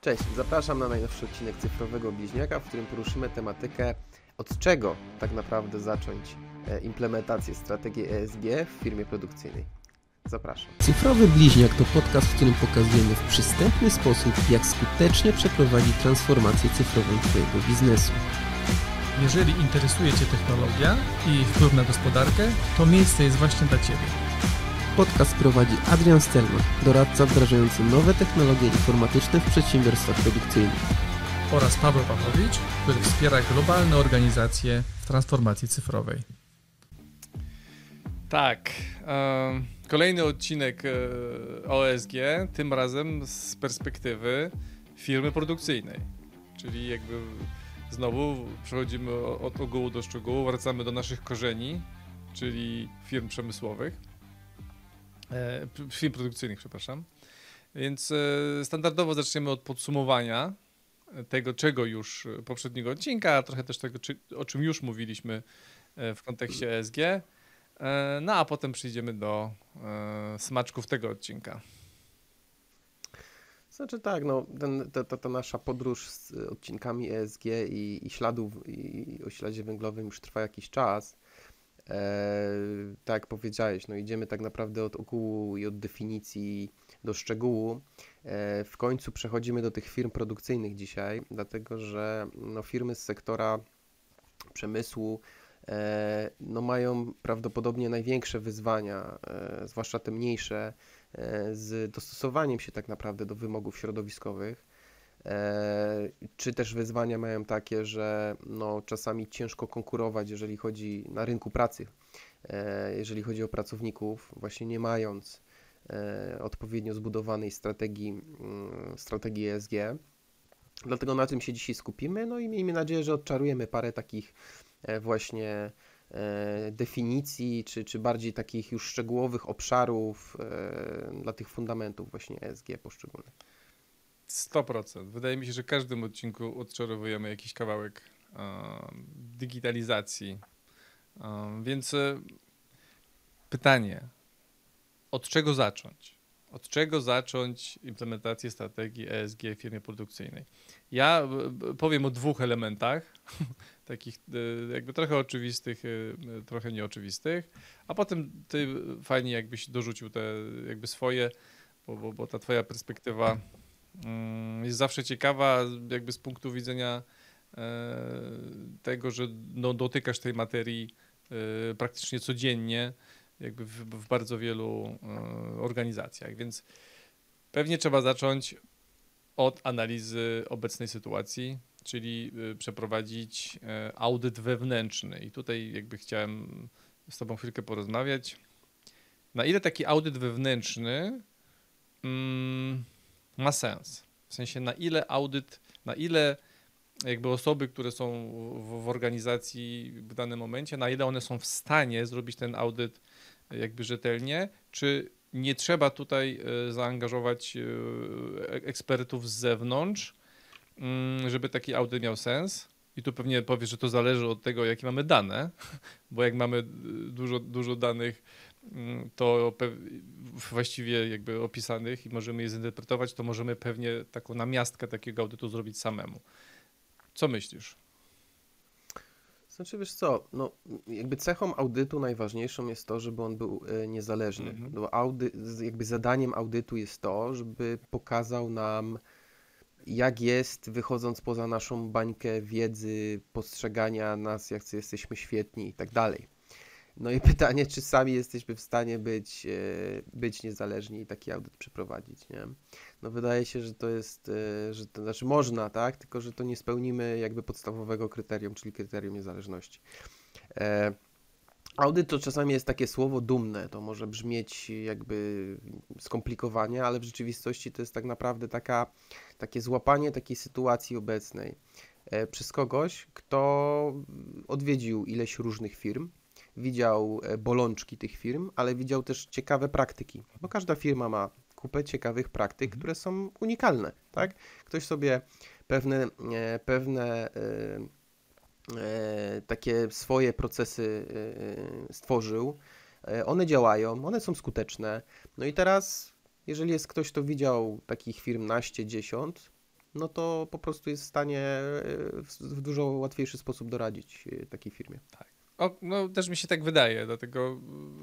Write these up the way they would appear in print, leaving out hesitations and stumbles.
Cześć, zapraszam na najnowszy odcinek Cyfrowego Bliźniaka, w którym poruszymy tematykę, od czego tak naprawdę zacząć implementację strategii ESG w firmie produkcyjnej. Zapraszam. Cyfrowy Bliźniak to podcast, w którym pokazujemy w przystępny sposób, jak skutecznie przeprowadzić transformację cyfrową Twojego biznesu. Jeżeli interesuje Cię technologia i jej wpływ na gospodarkę, to miejsce jest właśnie dla Ciebie. Podcast prowadzi Adrian Stelmach, doradca wdrażający nowe technologie informatyczne w przedsiębiorstwach produkcyjnych. Oraz Paweł Pawłowicz, który wspiera globalne organizacje w transformacji cyfrowej. Tak, kolejny odcinek o ESG, tym razem z perspektywy firmy produkcyjnej. Czyli jakby znowu przechodzimy od ogółu do szczegółu, wracamy do naszych korzeni, czyli firm przemysłowych. Firm produkcyjnych, przepraszam. Więc standardowo zaczniemy od podsumowania tego, czego już poprzedniego odcinka, a trochę też tego, o czym już mówiliśmy w kontekście ESG. No a potem przejdziemy do smaczków tego odcinka. Znaczy tak, no, ta nasza podróż z odcinkami ESG i śladów i o śladzie węglowym już trwa jakiś czas. Tak jak powiedziałeś, no idziemy tak naprawdę od ogółu i od definicji do szczegółu. W końcu przechodzimy do tych firm produkcyjnych dzisiaj, dlatego że no, firmy z sektora przemysłu no, mają prawdopodobnie największe wyzwania, zwłaszcza te mniejsze, z dostosowaniem się tak naprawdę do wymogów środowiskowych. Czy też wyzwania mają takie, że no, czasami ciężko konkurować, jeżeli chodzi na rynku pracy, jeżeli chodzi o pracowników, właśnie nie mając odpowiednio zbudowanej strategii ESG. Dlatego na tym się dzisiaj skupimy, no i miejmy nadzieję, że odczarujemy parę takich właśnie definicji, czy bardziej takich już szczegółowych obszarów dla tych fundamentów właśnie ESG poszczególnych. 100%. Wydaje mi się, że w każdym odcinku odczarowujemy jakiś kawałek digitalizacji. Więc pytanie, od czego zacząć? Od czego zacząć implementację strategii ESG w firmie produkcyjnej? Ja powiem o dwóch elementach, takich jakby trochę oczywistych, trochę nieoczywistych, a potem ty fajnie jakbyś dorzucił te jakby swoje, bo ta twoja perspektywa jest zawsze ciekawa jakby z punktu widzenia tego, że no, dotykasz tej materii praktycznie codziennie jakby w bardzo wielu organizacjach, więc pewnie trzeba zacząć od analizy obecnej sytuacji, czyli przeprowadzić audyt wewnętrzny i tutaj jakby chciałem z tobą chwilkę porozmawiać, na ile taki audyt wewnętrzny ma sens. W sensie na ile jakby osoby, które są w organizacji w danym momencie, na ile one są w stanie zrobić ten audyt jakby rzetelnie, czy nie trzeba tutaj zaangażować ekspertów z zewnątrz, żeby taki audyt miał sens. I tu pewnie powiesz, że to zależy od tego, jakie mamy dane, bo jak mamy dużo danych, to właściwie jakby opisanych i możemy je zinterpretować, to możemy pewnie taką namiastkę takiego audytu zrobić samemu. Co myślisz? Znaczy wiesz co, no jakby cechą audytu najważniejszą jest to, żeby on był niezależny. Bo jakby zadaniem audytu jest to, żeby pokazał nam, jak jest, wychodząc poza naszą bańkę wiedzy, postrzegania nas, jak jesteśmy świetni i tak dalej. No i pytanie, czy sami jesteśmy w stanie być niezależni i taki audyt przeprowadzić, nie? No wydaje się, że to jest, znaczy można, tak? Tylko że to nie spełnimy jakby podstawowego kryterium, czyli kryterium niezależności. Audyt to czasami jest takie słowo dumne, to może brzmieć jakby skomplikowanie, ale w rzeczywistości to jest tak naprawdę takie złapanie takiej sytuacji obecnej przez kogoś, kto odwiedził ileś różnych firm, widział bolączki tych firm, ale widział też ciekawe praktyki, bo każda firma ma kupę ciekawych praktyk, które są unikalne, tak? Ktoś sobie pewne takie swoje procesy stworzył, one działają, one są skuteczne, no i teraz, jeżeli jest ktoś, kto widział takich firm naście, 10, no to po prostu jest w stanie w dużo łatwiejszy sposób doradzić takiej firmie. No też mi się tak wydaje, dlatego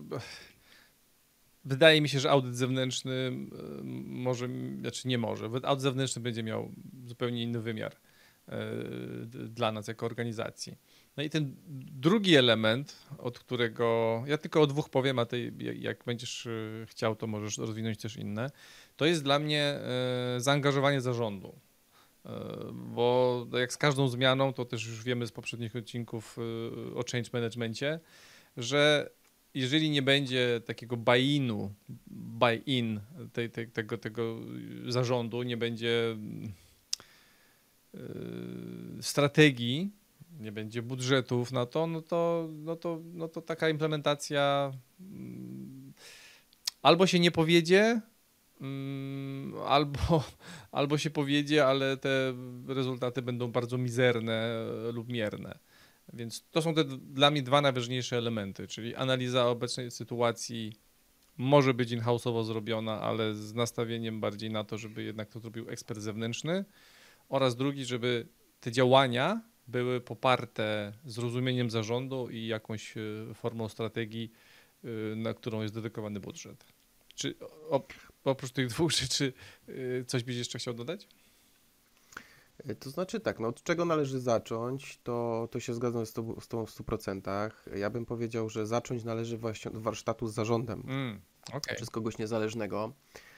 wydaje mi się, że audyt zewnętrzny nie może. Audyt zewnętrzny będzie miał zupełnie inny wymiar dla nas jako organizacji. No i ten drugi element, od którego ja tylko o dwóch powiem, a ty jak będziesz chciał, to możesz rozwinąć też inne, to jest dla mnie zaangażowanie zarządu. Bo jak z każdą zmianą, to też już wiemy z poprzednich odcinków o change managemencie, że jeżeli nie będzie takiego buy-in tego zarządu, nie będzie strategii, nie będzie budżetów na to, no to taka implementacja albo się nie powiedzie, albo się powiedzie, ale te rezultaty będą bardzo mizerne lub mierne. Więc to są te dla mnie dwa najważniejsze elementy, czyli analiza obecnej sytuacji może być in-house'owo zrobiona, ale z nastawieniem bardziej na to, żeby jednak to zrobił ekspert zewnętrzny, oraz drugi, żeby te działania były poparte zrozumieniem zarządu i jakąś formą strategii, na którą jest dedykowany budżet. Czy oprócz tych dwóch rzeczy coś byś jeszcze chciał dodać? To znaczy tak, no od czego należy zacząć, to się zgadzam z tobą w 100%. Ja bym powiedział, że zacząć należy właśnie od warsztatu z zarządem, Okay. czy z kogoś niezależnego,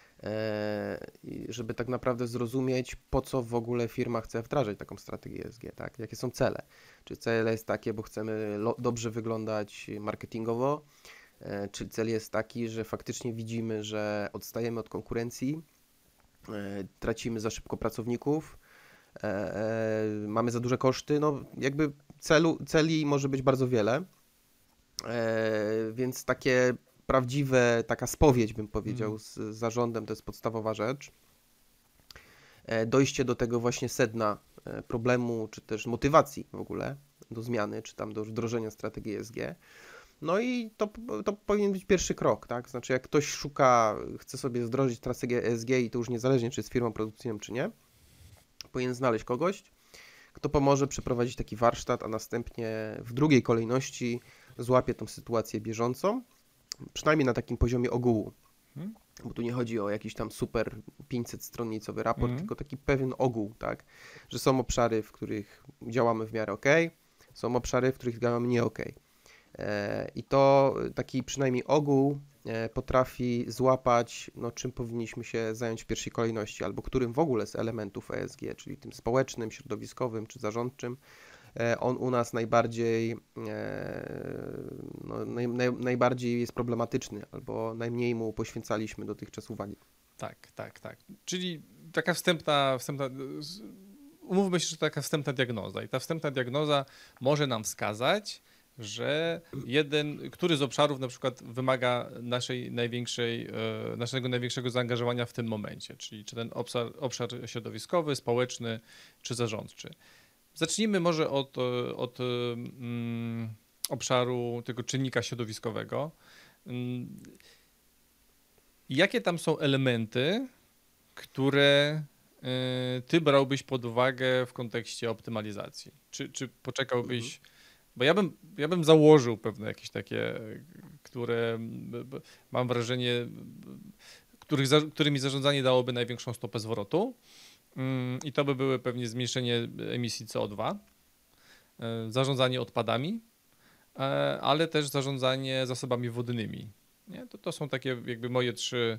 żeby tak naprawdę zrozumieć, po co w ogóle firma chce wdrażać taką strategię ESG, tak? Jakie są cele? Czy cel jest takie, bo chcemy dobrze wyglądać marketingowo, czy cel jest taki, że faktycznie widzimy, że odstajemy od konkurencji, tracimy za szybko pracowników, mamy za duże koszty, no jakby celi może być bardzo wiele, więc takie prawdziwe, taka spowiedź bym powiedział z zarządem to jest podstawowa rzecz. Dojście do tego właśnie sedna problemu, czy też motywacji w ogóle do zmiany, czy tam do wdrożenia strategii ESG. No i to powinien być pierwszy krok, tak? Znaczy jak ktoś chce sobie wdrożyć strategię ESG i to już niezależnie czy jest firmą produkcyjną, czy nie, powinien znaleźć kogoś, kto pomoże przeprowadzić taki warsztat, a następnie w drugiej kolejności złapie tą sytuację bieżącą, przynajmniej na takim poziomie ogółu. Bo tu nie chodzi o jakiś tam super 500-stronicowy raport, tylko taki pewien ogół, tak? Że są obszary, w których działamy w miarę ok, są obszary, w których działamy nie ok. I to taki przynajmniej ogół potrafi złapać, no, czym powinniśmy się zająć w pierwszej kolejności, albo którym w ogóle z elementów ESG, czyli tym społecznym, środowiskowym czy zarządczym, on u nas najbardziej, najbardziej jest problematyczny, albo najmniej mu poświęcaliśmy dotychczas uwagi. Tak. Czyli taka wstępna, umówmy się, że taka wstępna diagnoza. I ta wstępna diagnoza może nam wskazać, że który z obszarów na przykład wymaga naszego największego zaangażowania w tym momencie, czyli czy ten obszar środowiskowy, społeczny czy zarządczy. Zacznijmy może od obszaru tego czynnika środowiskowego. Jakie tam są elementy, które ty brałbyś pod uwagę w kontekście optymalizacji? Czy poczekałbyś... Bo ja bym założył pewne jakieś takie, które mam wrażenie, którymi zarządzanie dałoby największą stopę zwrotu. I to by były pewnie zmniejszenie emisji CO2, zarządzanie odpadami, ale też zarządzanie zasobami wodnymi. Nie? To są takie jakby moje trzy,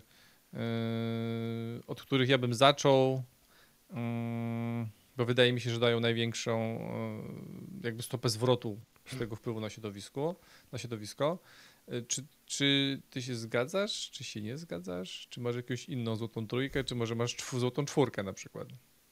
od których ja bym zaczął, bo wydaje mi się, że dają największą jakby stopę zwrotu z tego wpływu na środowisko. Czy ty się zgadzasz, czy się nie zgadzasz? Czy masz jakąś inną złotą trójkę, czy może masz złotą czwórkę na przykład?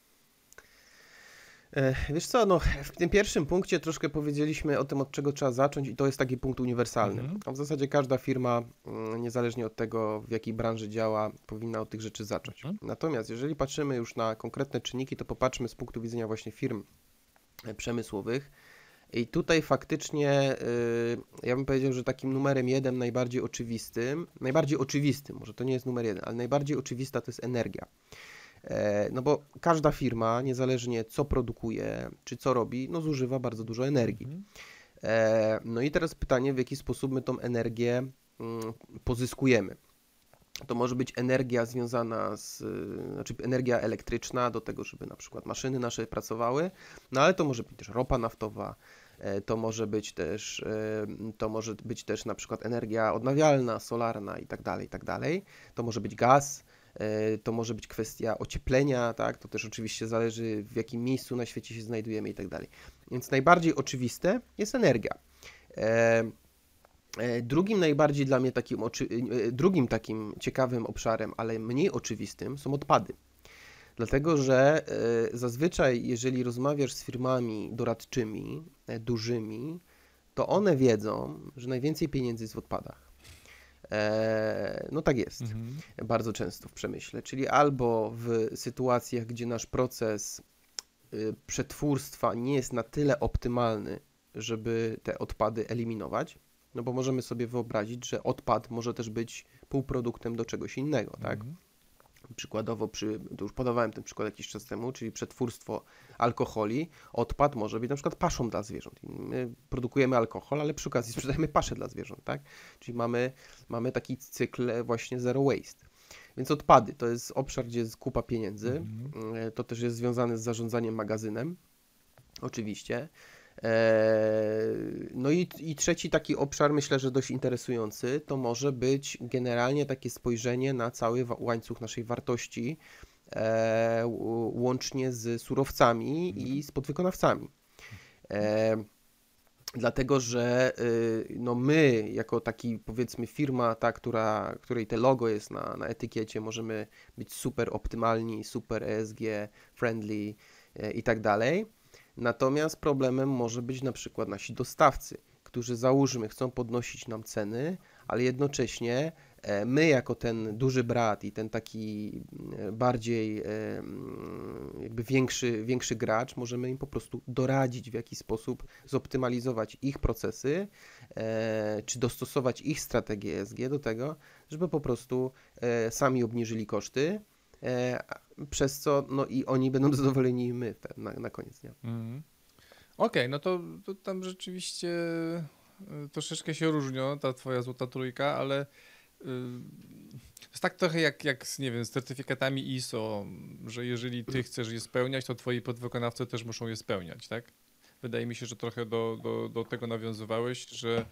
Wiesz co, no w tym pierwszym punkcie troszkę powiedzieliśmy o tym, od czego trzeba zacząć i to jest taki punkt uniwersalny. A w zasadzie każda firma, niezależnie od tego, w jakiej branży działa, powinna od tych rzeczy zacząć. Natomiast jeżeli patrzymy już na konkretne czynniki, to popatrzmy z punktu widzenia właśnie firm przemysłowych. I tutaj faktycznie ja bym powiedział, że takim numerem 1 najbardziej oczywistym, może to nie jest numer 1, ale najbardziej oczywista to jest energia. No bo każda firma, niezależnie co produkuje, czy co robi, no zużywa bardzo dużo energii. No i teraz pytanie, w jaki sposób my tą energię pozyskujemy. To może być energia związana znaczy energia elektryczna do tego, żeby na przykład maszyny nasze pracowały, no ale to może być też ropa naftowa, to może być też na przykład energia odnawialna, solarna i tak dalej, i tak dalej. To może być gaz, to może być kwestia ocieplenia, tak? To też oczywiście zależy, w jakim miejscu na świecie się znajdujemy i tak dalej. Więc najbardziej oczywiste jest energia. Drugim najbardziej dla mnie drugim takim ciekawym obszarem, ale mniej oczywistym są odpady. Dlatego, że zazwyczaj jeżeli rozmawiasz z firmami doradczymi, dużymi, to one wiedzą, że najwięcej pieniędzy jest w odpadach. No tak jest, bardzo często w przemyśle, czyli albo w sytuacjach, gdzie nasz proces przetwórstwa nie jest na tyle optymalny, żeby te odpady eliminować, no bo możemy sobie wyobrazić, że odpad może też być półproduktem do czegoś innego, tak? Przykładowo, to już podawałem ten przykład jakiś czas temu, czyli przetwórstwo alkoholi, odpad może być na przykład paszą dla zwierząt. My produkujemy alkohol, ale przy okazji sprzedajemy paszę dla zwierząt, tak? Czyli mamy taki cykl właśnie zero waste. Więc odpady to jest obszar, gdzie jest kupa pieniędzy. To też jest związane z zarządzaniem magazynem, oczywiście. No i trzeci taki obszar, myślę, że dość interesujący, to może być generalnie takie spojrzenie na cały łańcuch naszej wartości, łącznie z surowcami i z podwykonawcami. Dlatego, że no my, jako taki powiedzmy firma, ta, której te logo jest na etykiecie, możemy być super optymalni, super ESG, friendly i tak dalej. Natomiast problemem może być na przykład nasi dostawcy, którzy załóżmy chcą podnosić nam ceny, ale jednocześnie my jako ten duży brat i ten taki bardziej jakby większy gracz możemy im po prostu doradzić, w jaki sposób zoptymalizować ich procesy, czy dostosować ich strategię ESG do tego, żeby po prostu sami obniżyli koszty, przez co no i oni będą zadowoleni i my na koniec dnia. Okej, no to tam rzeczywiście troszeczkę się różnią, ta twoja złota trójka, ale to jest tak trochę jak nie wiem, z certyfikatami ISO, że jeżeli ty chcesz je spełniać, to twoi podwykonawcy też muszą je spełniać, tak? Wydaje mi się, że trochę do tego nawiązywałeś, że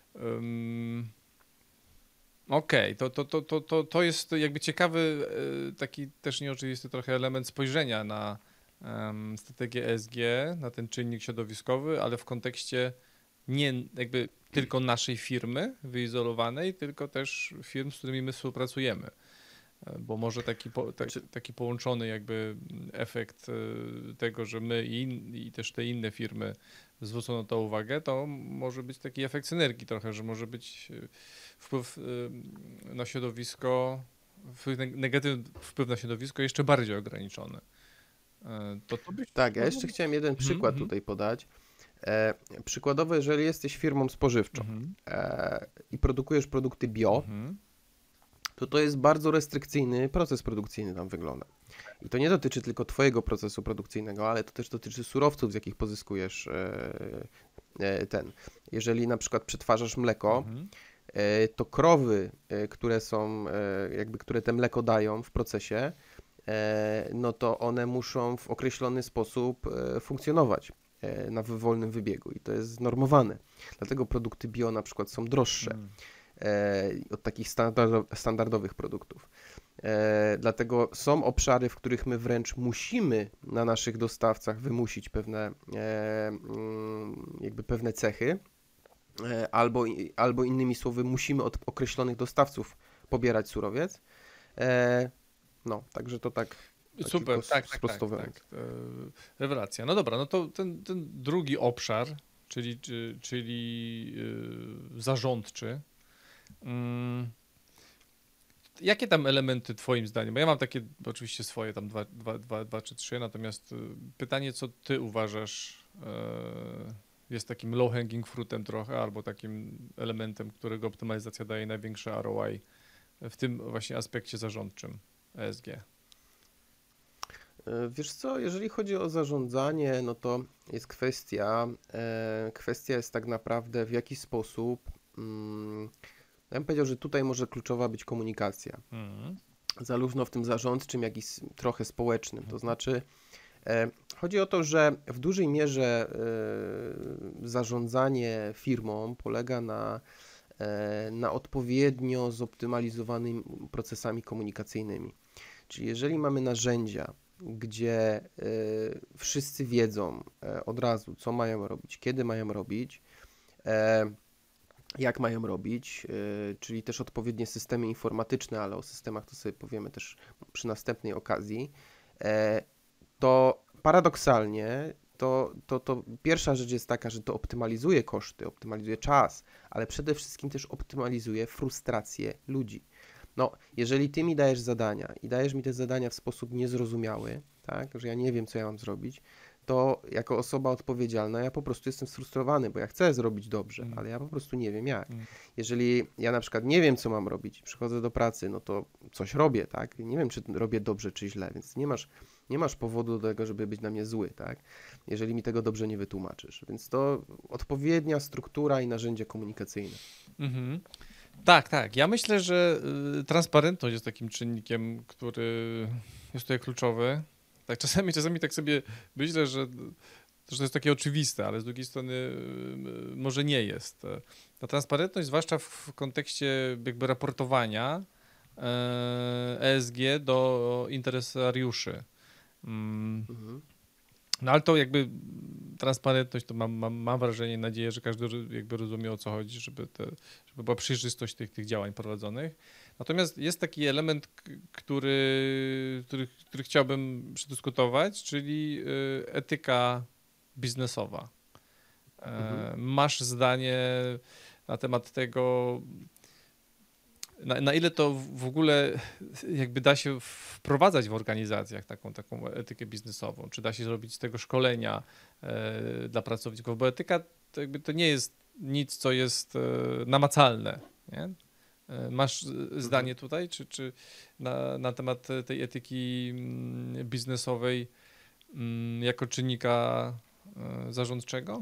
okej, to jest jakby ciekawy, taki też nieoczywisty trochę element spojrzenia na strategię ESG, na ten czynnik środowiskowy, ale w kontekście nie jakby tylko naszej firmy wyizolowanej, tylko też firm, z którymi my współpracujemy. Bo może taki połączony jakby efekt tego, że my i też te inne firmy zwrócą na to uwagę, to może być taki efekt synergii trochę, że może być wpływ na środowisko, negatywny wpływ na środowisko jeszcze bardziej ograniczony. Tak, ja jeszcze chciałem jeden przykład tutaj podać. Przykładowo, jeżeli jesteś firmą spożywczą i produkujesz produkty bio, to jest bardzo restrykcyjny proces produkcyjny tam wygląda. I to nie dotyczy tylko twojego procesu produkcyjnego, ale to też dotyczy surowców, z jakich pozyskujesz ten. Jeżeli na przykład przetwarzasz mleko, to krowy, które są, jakby, które te mleko dają w procesie, no to one muszą w określony sposób funkcjonować na wolnym wybiegu i to jest normowane. Dlatego produkty bio na przykład są droższe od takich standardowych produktów. Dlatego są obszary, w których my wręcz musimy na naszych dostawcach wymusić pewne cechy, albo innymi słowy musimy od określonych dostawców pobierać surowiec. No, także to tak. Super, tak. Rewelacja. No dobra, no to ten drugi obszar, czyli zarządczy. Jakie tam elementy twoim zdaniem? Bo ja mam takie oczywiście swoje tam dwa czy trzy, natomiast pytanie, co ty uważasz jest takim low hanging fruitem trochę, albo takim elementem, którego optymalizacja daje największy ROI w tym właśnie aspekcie zarządczym ESG? Wiesz co, jeżeli chodzi o zarządzanie, no to jest kwestia jest tak naprawdę w jaki sposób, ja bym powiedział, że tutaj może kluczowa być komunikacja, zarówno w tym zarządczym, jak i trochę społecznym, to znaczy chodzi o to, że w dużej mierze zarządzanie firmą polega na odpowiednio zoptymalizowanymi procesami komunikacyjnymi. Czyli jeżeli mamy narzędzia, gdzie wszyscy wiedzą od razu, co mają robić, kiedy mają robić, jak mają robić, czyli też odpowiednie systemy informatyczne, ale o systemach to sobie powiemy też przy następnej okazji, to paradoksalnie to pierwsza rzecz jest taka, że to optymalizuje koszty, optymalizuje czas, ale przede wszystkim też optymalizuje frustrację ludzi. No, jeżeli ty mi dajesz zadania i dajesz mi te zadania w sposób niezrozumiały, tak, że ja nie wiem, co ja mam zrobić, to jako osoba odpowiedzialna ja po prostu jestem sfrustrowany, bo ja chcę zrobić dobrze, ale ja po prostu nie wiem jak. Jeżeli ja na przykład nie wiem, co mam robić, przychodzę do pracy, no to coś robię, tak? Nie wiem, czy robię dobrze, czy źle, więc nie masz powodu do tego, żeby być na mnie zły, tak? Jeżeli mi tego dobrze nie wytłumaczysz. Więc to odpowiednia struktura i narzędzie komunikacyjne. Tak. Ja myślę, że transparentność jest takim czynnikiem, który jest tutaj kluczowy. Tak, czasami tak sobie myślę, że to jest takie oczywiste, ale z drugiej strony może nie jest. Ta transparentność, zwłaszcza w kontekście jakby raportowania ESG do interesariuszy. No ale to jakby transparentność, to mam wrażenie, nadzieję, że każdy jakby rozumie, o co chodzi, żeby była przejrzystość tych działań prowadzonych. Natomiast jest taki element, który chciałbym przedyskutować, czyli etyka biznesowa. Masz zdanie na temat tego, na ile to w ogóle jakby da się wprowadzać w organizacjach taką etykę biznesową? Czy da się zrobić z tego szkolenia dla pracowników? Bo etyka to nie jest nic, co jest namacalne, nie? Masz zdanie tutaj, czy na temat tej etyki biznesowej jako czynnika zarządczego?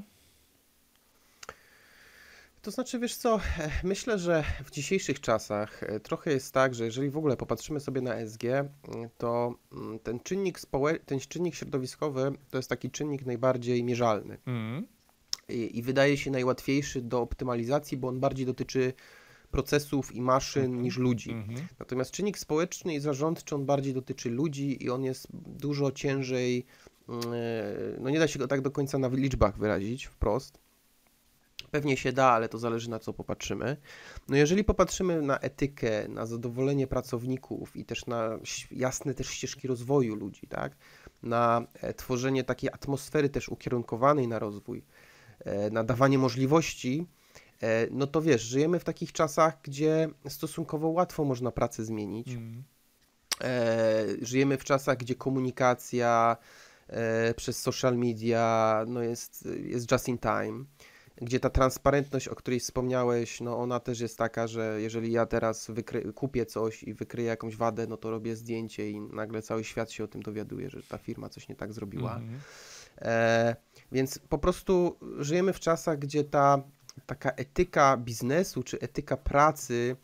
To znaczy, wiesz co, myślę, że w dzisiejszych czasach trochę jest tak, że jeżeli w ogóle popatrzymy sobie na ESG, to ten czynnik środowiskowy to jest taki czynnik najbardziej mierzalny i wydaje się najłatwiejszy do optymalizacji, bo on bardziej dotyczy procesów i maszyn niż ludzi. Natomiast czynnik społeczny i zarządczy, on bardziej dotyczy ludzi i on jest dużo ciężej, no nie da się go tak do końca na liczbach wyrazić wprost. Pewnie się da, ale to zależy, na co popatrzymy. No jeżeli popatrzymy na etykę, na zadowolenie pracowników i też na jasne też ścieżki rozwoju ludzi, tak? Na tworzenie takiej atmosfery też ukierunkowanej na rozwój, na dawanie możliwości, no to wiesz, żyjemy w takich czasach, gdzie stosunkowo łatwo można pracę zmienić. Żyjemy w czasach, gdzie komunikacja przez social media no jest just in time, gdzie ta transparentność, o której wspomniałeś, no ona też jest taka, że jeżeli ja teraz kupię coś i wykryję jakąś wadę, no to robię zdjęcie i nagle cały świat się o tym dowiaduje, że ta firma coś nie tak zrobiła. Więc po prostu żyjemy w czasach, gdzie taka etyka biznesu czy etyka pracy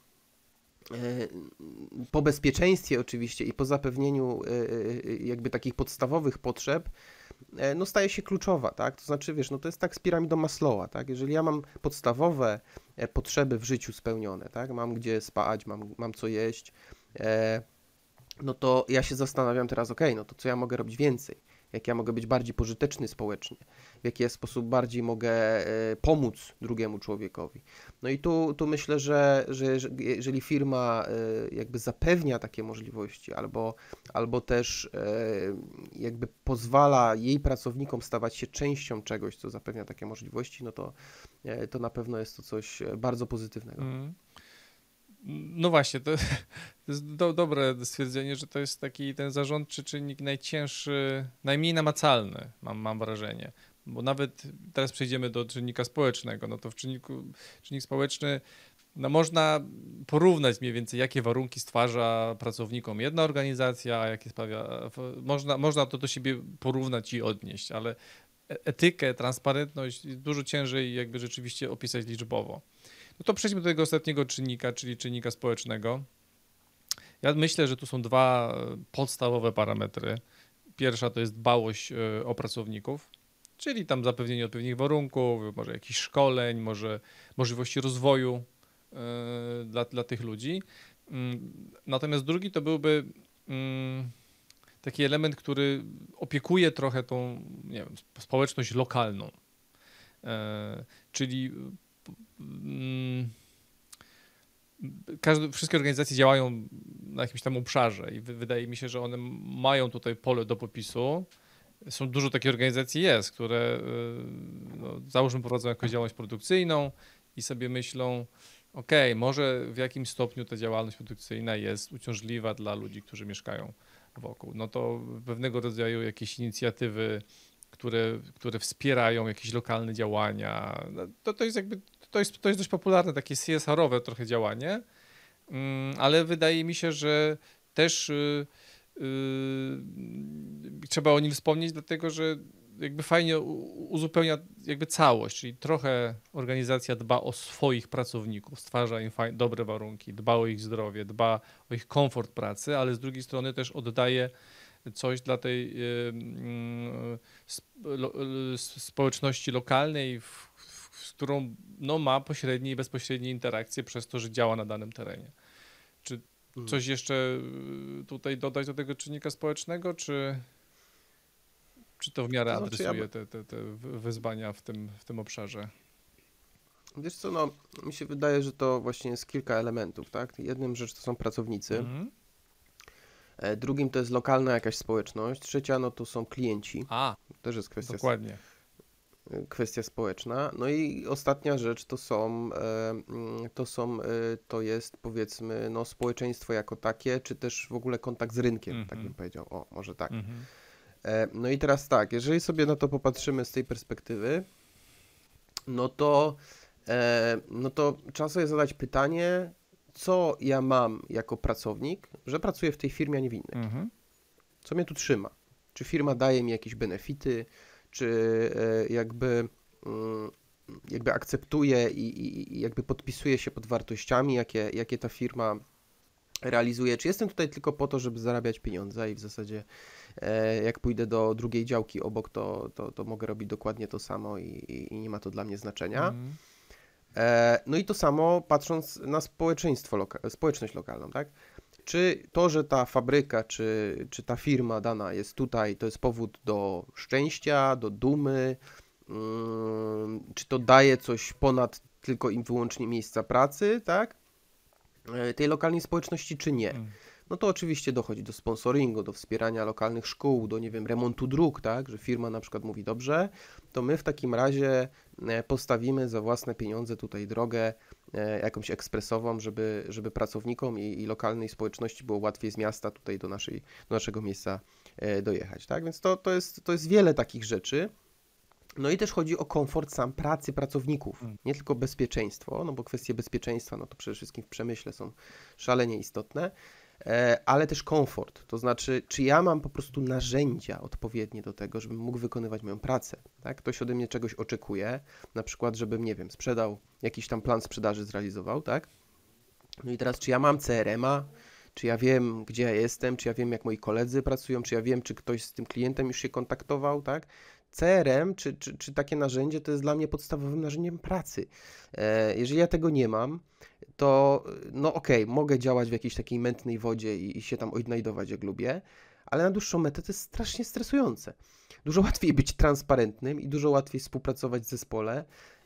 po bezpieczeństwie oczywiście i po zapewnieniu jakby takich podstawowych potrzeb, no staje się kluczowa, tak? To znaczy, wiesz, no to jest tak z piramidą Maslowa, tak? Jeżeli ja mam podstawowe potrzeby w życiu spełnione, tak? Mam gdzie spać, mam co jeść, no to ja się zastanawiam teraz, no to co ja mogę robić więcej? Jak ja mogę być bardziej pożyteczny społecznie? W jaki sposób bardziej mogę pomóc drugiemu człowiekowi? No i tu myślę, że jeżeli firma jakby zapewnia takie możliwości albo też jakby pozwala jej pracownikom stawać się częścią czegoś, co zapewnia takie możliwości, no to na pewno jest to coś bardzo pozytywnego. No właśnie, to jest dobre stwierdzenie, że to jest taki ten zarządczy czynnik najcięższy, najmniej namacalny, mam wrażenie. Bo nawet teraz przejdziemy do czynnika społecznego, no to czynnik społeczny no można porównać mniej więcej, jakie warunki stwarza pracownikom jedna organizacja, a jakie sprawia. Można to do siebie porównać i odnieść, ale etykę, transparentność dużo ciężej jakby rzeczywiście opisać liczbowo. No to przejdźmy do tego ostatniego czynnika, czyli czynnika społecznego. Ja myślę, że tu są dwa podstawowe parametry. Pierwsza to jest dbałość o pracowników, czyli tam zapewnienie odpowiednich warunków, może jakichś szkoleń, może możliwości rozwoju dla tych ludzi. Natomiast drugi to byłby taki element, który opiekuje trochę tą, nie wiem, społeczność lokalną. Czyli wszystkie organizacje działają na jakimś tam obszarze i wydaje mi się, że one mają tutaj pole do popisu. Dużo takich organizacji jest, które no, załóżmy prowadzą jakąś działalność produkcyjną i sobie myślą, może w jakimś stopniu ta działalność produkcyjna jest uciążliwa dla ludzi, którzy mieszkają wokół. No to pewnego rodzaju jakieś inicjatywy, które wspierają jakieś lokalne działania. To jest jakby, to jest dość popularne, takie CSR-owe trochę działanie, ale wydaje mi się, że też trzeba o nim wspomnieć, dlatego że jakby fajnie uzupełnia jakby całość, czyli trochę organizacja dba o swoich pracowników, stwarza im dobre warunki, dba o ich zdrowie, dba o ich komfort pracy, ale z drugiej strony też oddaje coś dla tej społeczności lokalnej, z którą no, ma pośrednie i bezpośrednie interakcje przez to, że działa na danym terenie. Czy coś jeszcze tutaj dodać do tego czynnika społecznego, czy to w miarę adresuje te wyzwania w tym obszarze? Wiesz co, no mi się wydaje, że to właśnie jest kilka elementów, tak? Jednym rzecz to są pracownicy, drugim to jest lokalna jakaś społeczność, trzecia no to są klienci. Też jest kwestia, dokładnie. Kwestia społeczna. No i ostatnia rzecz to jest powiedzmy no społeczeństwo jako takie, czy też w ogóle kontakt z rynkiem, tak bym powiedział. O, może tak. No i teraz tak, jeżeli sobie na to popatrzymy z tej perspektywy, no to trzeba sobie zadać pytanie, co ja mam jako pracownik, że pracuję w tej firmie, a nie w innej. Co mnie tu trzyma? Czy firma daje mi jakieś benefity, czy jakby akceptuje i jakby podpisuje się pod wartościami, jakie ta firma realizuje. Czy jestem tutaj tylko po to, żeby zarabiać pieniądze i w zasadzie jak pójdę do drugiej działki obok, to mogę robić dokładnie to samo i nie ma to dla mnie znaczenia. No i to samo patrząc na społeczność lokalną, tak? Czy to, że ta fabryka, czy ta firma dana jest tutaj, to jest powód do szczęścia, do dumy, czy to daje coś ponad tylko i wyłącznie miejsca pracy, tak? Tej lokalnej społeczności, czy nie? No to oczywiście dochodzi do sponsoringu, do wspierania lokalnych szkół, do, nie wiem, remontu dróg, tak? Że firma na przykład mówi, dobrze, to my w takim razie postawimy za własne pieniądze tutaj drogę jakąś ekspresową, żeby pracownikom i lokalnej społeczności było łatwiej z miasta tutaj do naszego miejsca dojechać, tak? Więc to jest wiele takich rzeczy. No i też chodzi o komfort sam pracy pracowników, nie tylko bezpieczeństwo, no bo kwestie bezpieczeństwa, no to przede wszystkim w przemyśle są szalenie istotne, ale też komfort, to znaczy, czy ja mam po prostu narzędzia odpowiednie do tego, żebym mógł wykonywać moją pracę, tak? Ktoś ode mnie czegoś oczekuje, na przykład, żebym, nie wiem, sprzedał, jakiś tam plan sprzedaży zrealizował, tak? No i teraz, czy ja mam CRM-a, czy ja wiem, gdzie ja jestem, czy ja wiem, jak moi koledzy pracują, czy ja wiem, czy ktoś z tym klientem już się kontaktował, tak? CRM, czy takie narzędzie, to jest dla mnie podstawowym narzędziem pracy. Jeżeli ja tego nie mam, to no okej, mogę działać w jakiejś takiej mętnej wodzie i się tam odnajdować, jak lubię, ale na dłuższą metę to jest strasznie stresujące. Dużo łatwiej być transparentnym i dużo łatwiej współpracować w zespole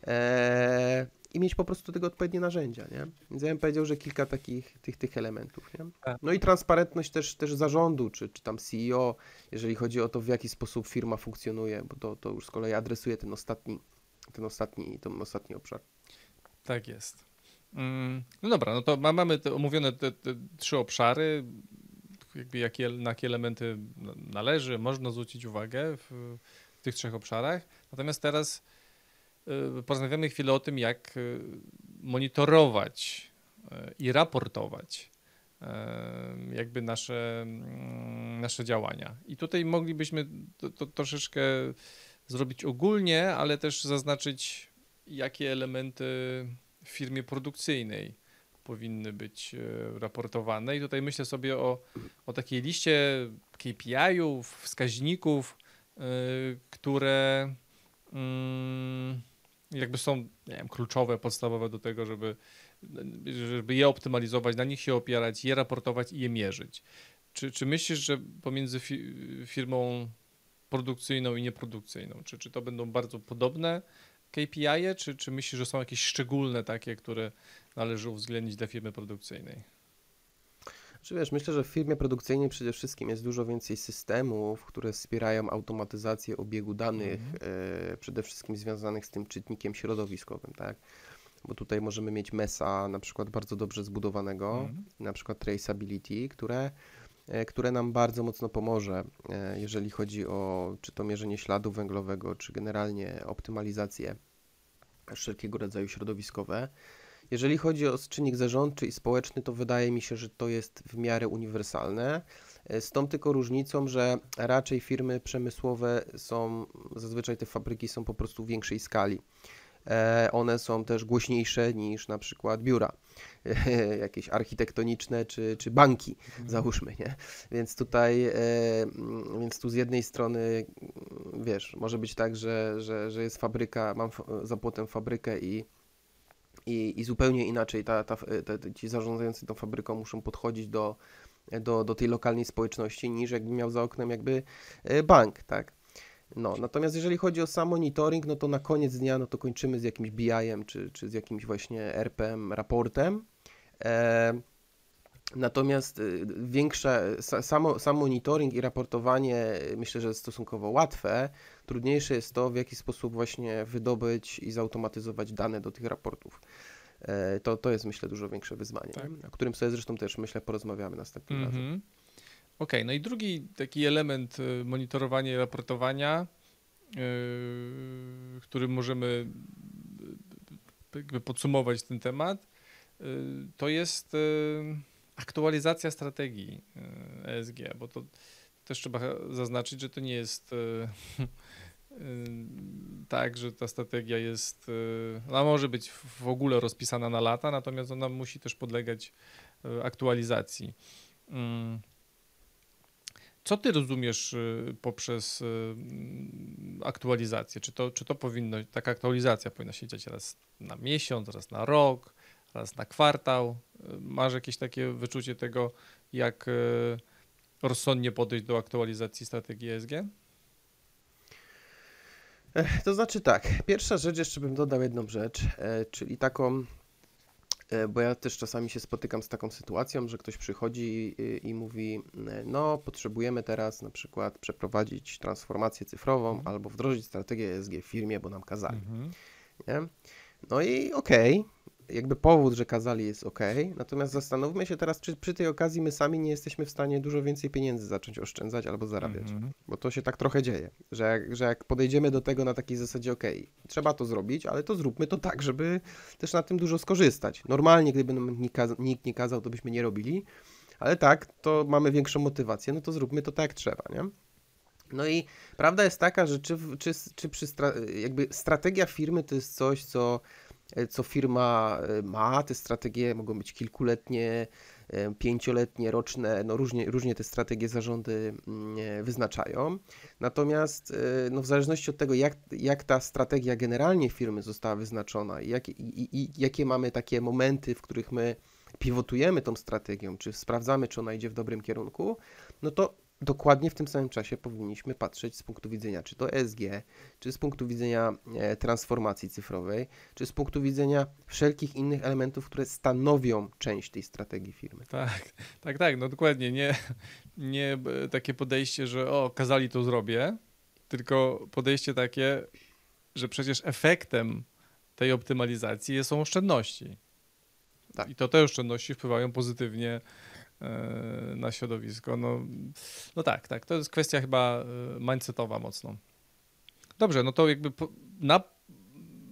i mieć po prostu do tego odpowiednie narzędzia, nie? Więc ja bym powiedział, że kilka tych elementów, nie? No i transparentność też zarządu, czy tam CEO, jeżeli chodzi o to, w jaki sposób firma funkcjonuje, bo to już z kolei adresuje ten ostatni obszar. Tak jest. No dobra, no to mamy omówione te trzy obszary, jakby na jakie elementy można zwrócić uwagę w tych trzech obszarach. Natomiast teraz porozmawiamy chwilę o tym, jak monitorować i raportować jakby nasze działania. I tutaj moglibyśmy to troszeczkę zrobić ogólnie, ale też zaznaczyć, jakie elementy w firmie produkcyjnej powinny być raportowane. I tutaj myślę sobie o takiej liście KPI-ów, wskaźników, które jakby są, nie wiem, kluczowe, podstawowe do tego, żeby je optymalizować, na nich się opierać, je raportować i je mierzyć. Czy myślisz, że pomiędzy firmą produkcyjną i nieprodukcyjną, czy to będą bardzo podobne KPI-e, czy myślisz, że są jakieś szczególne takie, które należy uwzględnić dla firmy produkcyjnej? Wiesz, myślę, że w firmie produkcyjnej przede wszystkim jest dużo więcej systemów, które wspierają automatyzację obiegu danych, przede wszystkim związanych z tym czytnikiem środowiskowym, tak? Bo tutaj możemy mieć MES-a na przykład bardzo dobrze zbudowanego, na przykład traceability, które nam bardzo mocno pomoże, jeżeli chodzi o czy to mierzenie śladu węglowego, czy generalnie optymalizację wszelkiego rodzaju środowiskowe. Jeżeli chodzi o czynnik zarządczy i społeczny, to wydaje mi się, że to jest w miarę uniwersalne, z tą tylko różnicą, że raczej firmy przemysłowe zazwyczaj te fabryki są po prostu w większej skali. One są też głośniejsze niż na przykład biura jakieś architektoniczne czy banki, załóżmy, nie? Więc tu z jednej strony, wiesz, może być tak, że jest fabryka, mam za płotem fabrykę i zupełnie inaczej ci zarządzający tą fabryką muszą podchodzić do tej lokalnej społeczności, niż jakby miał za oknem jakby bank, tak? No, natomiast jeżeli chodzi o sam monitoring, no to na koniec dnia, no to kończymy z jakimś BI-em, czy z jakimś właśnie RPM, raportem. Natomiast sam monitoring i raportowanie myślę, że jest stosunkowo łatwe. Trudniejsze jest to, w jaki sposób właśnie wydobyć i zautomatyzować dane do tych raportów. To jest, myślę, dużo większe wyzwanie, tak, o którym sobie zresztą też, myślę, porozmawiamy następnym razem. Okej, no i drugi taki element monitorowania i raportowania, którym możemy jakby podsumować ten temat, to jest aktualizacja strategii ESG, bo to też trzeba zaznaczyć, że to nie jest tak, że ta strategia jest, ona może być w ogóle rozpisana na lata, natomiast ona musi też podlegać aktualizacji. Co ty rozumiesz poprzez aktualizację? Czy to powinno, taka aktualizacja powinna się dziać raz na miesiąc, raz na rok, raz na kwartał? Masz jakieś takie wyczucie tego, jak rozsądnie podejść do aktualizacji strategii ESG? To znaczy tak, pierwsza rzecz, jeszcze bym dodał jedną rzecz, czyli taką, bo ja też czasami się spotykam z taką sytuacją, że ktoś przychodzi i mówi, no potrzebujemy teraz na przykład przeprowadzić transformację cyfrową albo wdrożyć strategię ESG w firmie, bo nam kazali. Nie? No i okej, jakby powód, że kazali jest okej, natomiast zastanówmy się teraz, czy przy tej okazji my sami nie jesteśmy w stanie dużo więcej pieniędzy zacząć oszczędzać albo zarabiać, bo to się tak trochę dzieje, że jak podejdziemy do tego na takiej zasadzie, okej, trzeba to zrobić, ale to zróbmy to tak, żeby też na tym dużo skorzystać. Normalnie, gdyby nam nikt nie kazał, to byśmy nie robili, ale tak, to mamy większą motywację, no to zróbmy to tak, jak trzeba, nie? No i prawda jest taka, że jakby strategia firmy to jest coś, co firma ma, te strategie mogą być kilkuletnie, 5-letnie, roczne, no różnie te strategie zarządy wyznaczają. Natomiast no w zależności od tego, jak ta strategia generalnie firmy została wyznaczona i jakie mamy takie momenty, w których my pivotujemy tą strategią, czy sprawdzamy, czy ona idzie w dobrym kierunku, no to dokładnie w tym samym czasie powinniśmy patrzeć z punktu widzenia czy to ESG, czy z punktu widzenia transformacji cyfrowej, czy z punktu widzenia wszelkich innych elementów, które stanowią część tej strategii firmy. Tak, no dokładnie. Nie takie podejście, że kazali to zrobię, tylko podejście takie, że przecież efektem tej optymalizacji są oszczędności. Tak. I to te oszczędności wpływają pozytywnie na środowisko. No tak, to jest kwestia chyba mindsetowa mocno. Dobrze, no to jakby na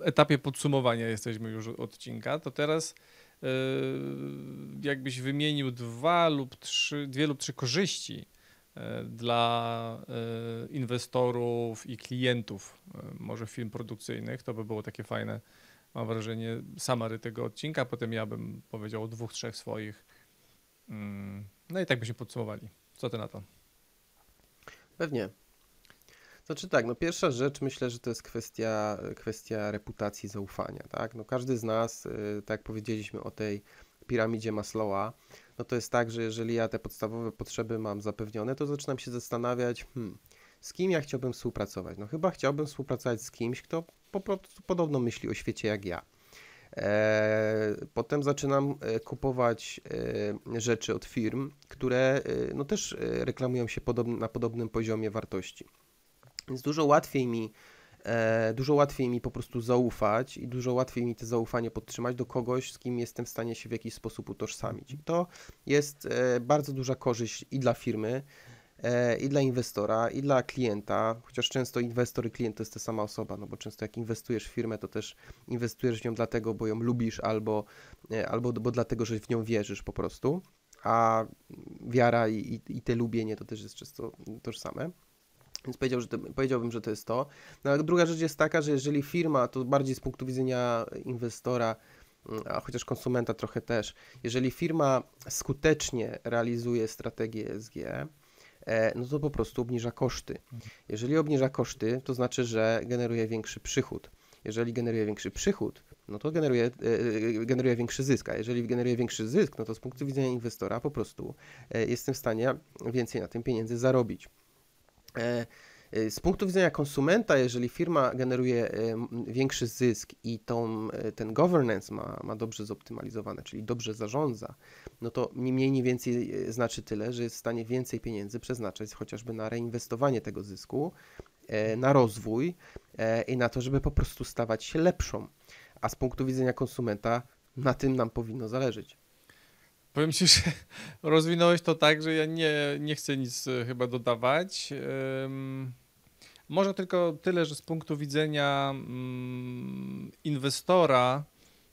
etapie podsumowania jesteśmy już odcinka, to teraz jakbyś wymienił dwie lub trzy korzyści dla inwestorów i klientów, może firm produkcyjnych, to by było takie fajne, mam wrażenie, summary tego odcinka, potem ja bym powiedział o 2-3 swoich. No i tak byśmy podsumowali. Co ty na to? Pewnie. Znaczy tak, no pierwsza rzecz, myślę, że to jest kwestia reputacji, zaufania, tak? No każdy z nas, tak jak powiedzieliśmy o tej piramidzie Maslowa, no to jest tak, że jeżeli ja te podstawowe potrzeby mam zapewnione, to zaczynam się zastanawiać, z kim ja chciałbym współpracować? No chyba chciałbym współpracować z kimś, kto po prostu podobno myśli o świecie jak ja. Potem zaczynam kupować rzeczy od firm, które no też reklamują się na podobnym poziomie wartości. Więc dużo łatwiej mi po prostu zaufać i dużo łatwiej mi to zaufanie podtrzymać do kogoś, z kim jestem w stanie się w jakiś sposób utożsamić. I to jest bardzo duża korzyść i dla firmy, i dla inwestora, i dla klienta, chociaż często inwestor i klient to jest ta sama osoba, no bo często jak inwestujesz w firmę, to też inwestujesz w nią dlatego, bo ją lubisz, albo bo dlatego, że w nią wierzysz po prostu, a wiara i te lubienie to też jest często tożsame. Więc powiedziałbym, że to jest to. No, a druga rzecz jest taka, że jeżeli firma, to bardziej z punktu widzenia inwestora, a chociaż konsumenta trochę też, jeżeli firma skutecznie realizuje strategię ESG, no to po prostu obniża koszty. Jeżeli obniża koszty, to znaczy, że generuje większy przychód. Jeżeli generuje większy przychód, no to generuje większy zysk, a jeżeli generuje większy zysk, no to z punktu widzenia inwestora po prostu jestem w stanie więcej na tym pieniędzy zarobić. Z punktu widzenia konsumenta, jeżeli firma generuje większy zysk i ten governance ma dobrze zoptymalizowane, czyli dobrze zarządza, no to nie mniej, nie więcej znaczy tyle, że jest w stanie więcej pieniędzy przeznaczać chociażby na reinwestowanie tego zysku, na rozwój i na to, żeby po prostu stawać się lepszą. A z punktu widzenia konsumenta na tym nam powinno zależeć. Powiem ci, że rozwinąłeś to tak, że ja nie chcę nic chyba dodawać. Może tylko tyle, że z punktu widzenia inwestora,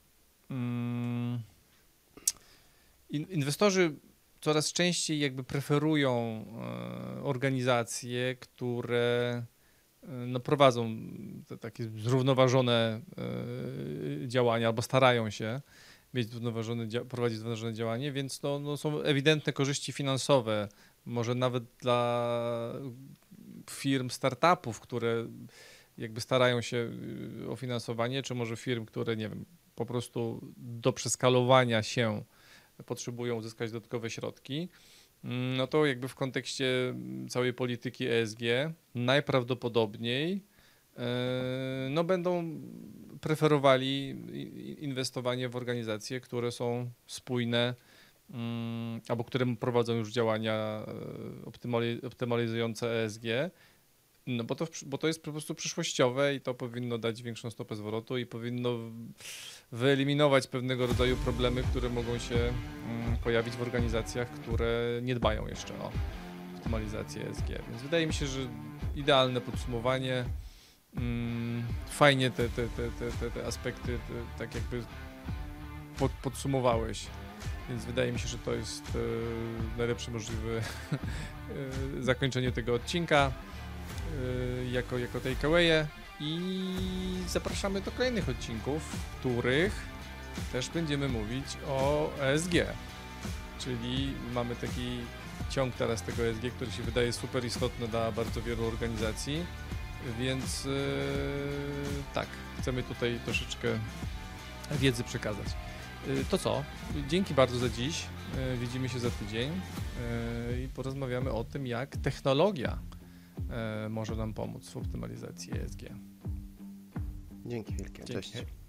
inwestorzy coraz częściej jakby preferują organizacje, które no, prowadzą takie zrównoważone działania albo starają się prowadzić zrównoważone działanie, więc no, są ewidentne korzyści finansowe, może nawet dla firm startupów, które jakby starają się o finansowanie, czy może firm, które nie wiem, po prostu do przeskalowania się potrzebują uzyskać dodatkowe środki, no to jakby w kontekście całej polityki ESG najprawdopodobniej no będą preferowali inwestowanie w organizacje, które są spójne albo które prowadzą już działania optymalizujące ESG, no bo to jest po prostu przyszłościowe i to powinno dać większą stopę zwrotu i powinno wyeliminować pewnego rodzaju problemy, które mogą się pojawić w organizacjach, które nie dbają jeszcze o optymalizację ESG. Więc wydaje mi się, że idealne podsumowanie. Fajnie te aspekty tak jakby podsumowałeś, więc wydaje mi się, że to jest najlepsze możliwe zakończenie tego odcinka jako takeawaye i zapraszamy do kolejnych odcinków, w których też będziemy mówić o ESG, czyli mamy taki ciąg teraz tego ESG, który się wydaje super istotny dla bardzo wielu organizacji. Więc tak, chcemy tutaj troszeczkę wiedzy przekazać. To co? Dzięki bardzo za dziś. Widzimy się za tydzień i porozmawiamy o tym, jak technologia może nam pomóc w optymalizacji ESG. Dzięki wielkie. Dzięki. Cześć.